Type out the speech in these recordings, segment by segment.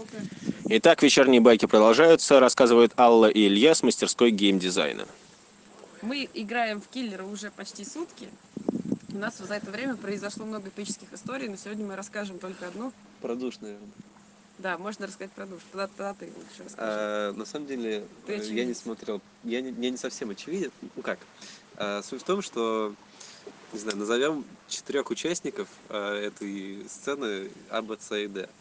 Итак, вечерние байки продолжаются, рассказывают Алла и Илья с мастерской геймдизайна. Мы играем в киллера уже почти сутки. У нас за это время произошло много эпических историй, но сегодня мы расскажем только одну. Про душ, наверное. Да, можно рассказать про душ. Тогда ты лучше расскажи. На самом деле, Ты я не очевидец. смотрел, я не совсем очевиден. Ну как? Суть в том, что, не знаю, назовем 4 участников этой сцены А, Б, С и Д.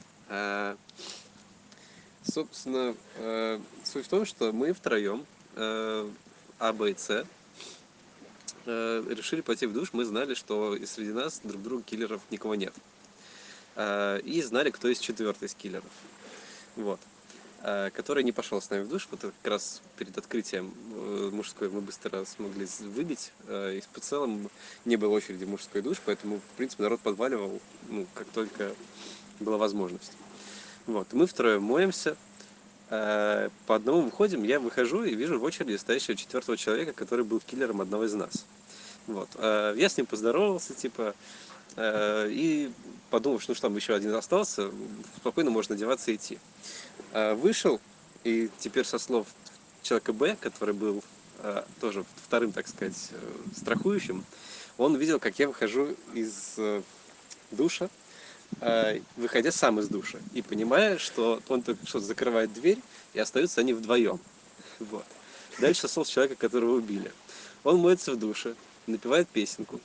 Собственно, суть в том, что мы втроем, А, Б и С, решили пойти в душ. Мы знали, что среди нас друг друга киллеров никого нет. И знали, кто из четвертый из киллеров. Вот. Который не пошел с нами в душ. Вот как раз перед открытием мужской мы быстро смогли выбить. И в целом не было очереди в мужской душ, поэтому, в принципе, народ подваливал, ну, как только была возможность. Вот. Мы втроем моемся. По одному выходим, я выхожу и вижу в очереди стоящего четвертого человека, который был киллером одного из нас. Вот. Я с ним поздоровался, типа, и подумал, что ну, что там еще один остался, спокойно можно одеваться и идти. Вышел, и теперь со слов человека Б, который был тоже вторым, так сказать, страхующим, он видел, как я выхожу из душа, выходя сам из душа, и понимая, что он только что закрывает дверь, и остаются они вдвоем. Вот. Дальше со слов человека, которого убили. Он моется в душе, напевает песенку,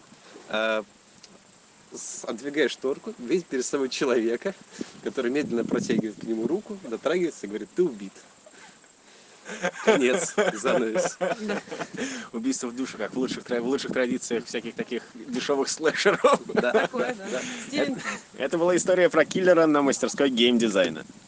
отдвигая шторку, видит перед собой человека, который медленно протягивает к нему руку, дотрагивается и говорит: ты убит. Конец, занавес. Убийство в душе, как в лучших традициях всяких таких дешевых слэшеров. Да. Такое, да. Да. Стивен Кинг. Это была история про киллера на мастерской геймдизайна.